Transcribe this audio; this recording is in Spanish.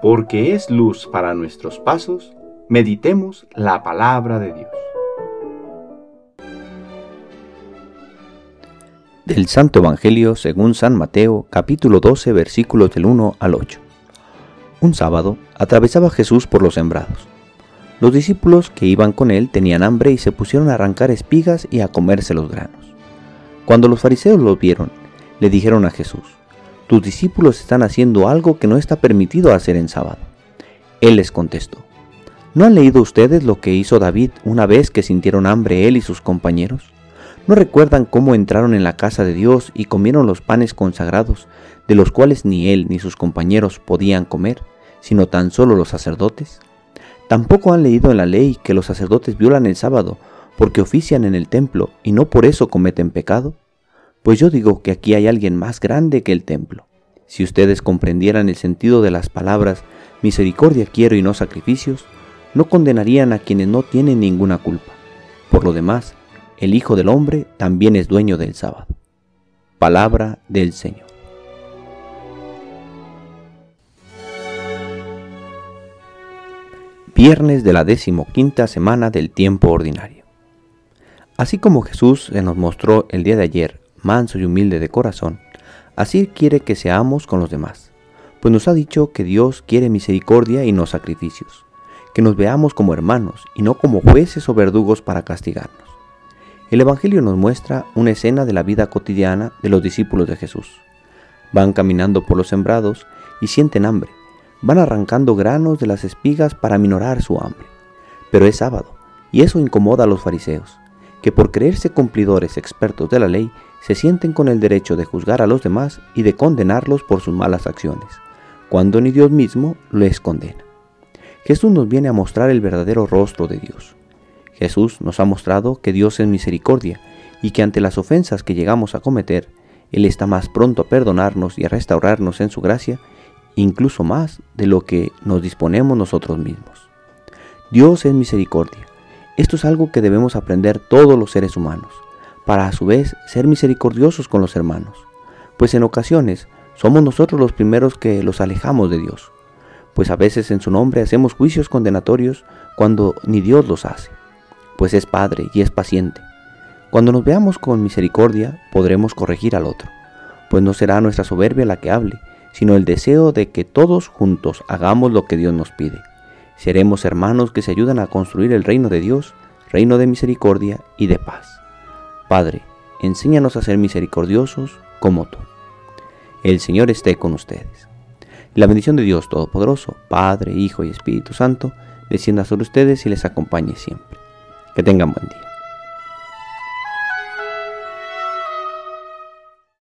porque es luz para nuestros pasos, meditemos la palabra de Dios. Del Santo Evangelio según San Mateo, capítulo 12, versículos del 1 al 8. Un sábado atravesaba Jesús por los sembrados. Los discípulos que iban con él tenían hambre y se pusieron a arrancar espigas y a comerse los granos. Cuando los fariseos los vieron, le dijeron a Jesús: «Tus discípulos están haciendo algo que no está permitido hacer en sábado». Él les contestó: ¿No han leído ustedes lo que hizo David una vez que sintieron hambre él y sus compañeros? ¿No recuerdan cómo entraron en la casa de Dios y comieron los panes consagrados, de los cuales ni él ni sus compañeros podían comer, sino tan solo los sacerdotes? ¿Tampoco han leído en la ley que los sacerdotes violan el sábado porque ofician en el templo y no por eso cometen pecado? Pues yo digo que aquí hay alguien más grande que el templo. Si ustedes comprendieran el sentido de las palabras «misericordia quiero y no sacrificios», no condenarían a quienes no tienen ninguna culpa. Por lo demás, el Hijo del Hombre también es dueño del sábado. Palabra del Señor. Viernes de la 15ª semana del tiempo ordinario. Así como Jesús se nos mostró el día de ayer manso y humilde de corazón, así quiere que seamos con los demás, pues nos ha dicho que Dios quiere misericordia y no sacrificios, que nos veamos como hermanos y no como jueces o verdugos para castigarnos. El Evangelio nos muestra una escena de la vida cotidiana de los discípulos de Jesús. Van caminando por los sembrados y sienten hambre. Van arrancando granos de las espigas para aminorar su hambre. Pero es sábado, y eso incomoda a los fariseos, que por creerse cumplidores expertos de la ley, se sienten con el derecho de juzgar a los demás y de condenarlos por sus malas acciones, cuando ni Dios mismo les condena. Jesús nos viene a mostrar el verdadero rostro de Dios. Jesús nos ha mostrado que Dios es misericordia y que ante las ofensas que llegamos a cometer, Él está más pronto a perdonarnos y a restaurarnos en su gracia, incluso más de lo que nos disponemos nosotros mismos. Dios es misericordia. Esto es algo que debemos aprender todos los seres humanos, para a su vez ser misericordiosos con los hermanos, pues en ocasiones somos nosotros los primeros que los alejamos de Dios, pues a veces en su nombre hacemos juicios condenatorios cuando ni Dios los hace, pues es Padre y es paciente. Cuando nos veamos con misericordia podremos corregir al otro, pues no será nuestra soberbia la que hable, sino el deseo de que todos juntos hagamos lo que Dios nos pide. Seremos hermanos que se ayudan a construir el reino de Dios, reino de misericordia y de paz. Padre, enséñanos a ser misericordiosos como tú. El Señor esté con ustedes. La bendición de Dios Todopoderoso, Padre, Hijo y Espíritu Santo, descienda sobre ustedes y les acompañe siempre. Que tengan buen día.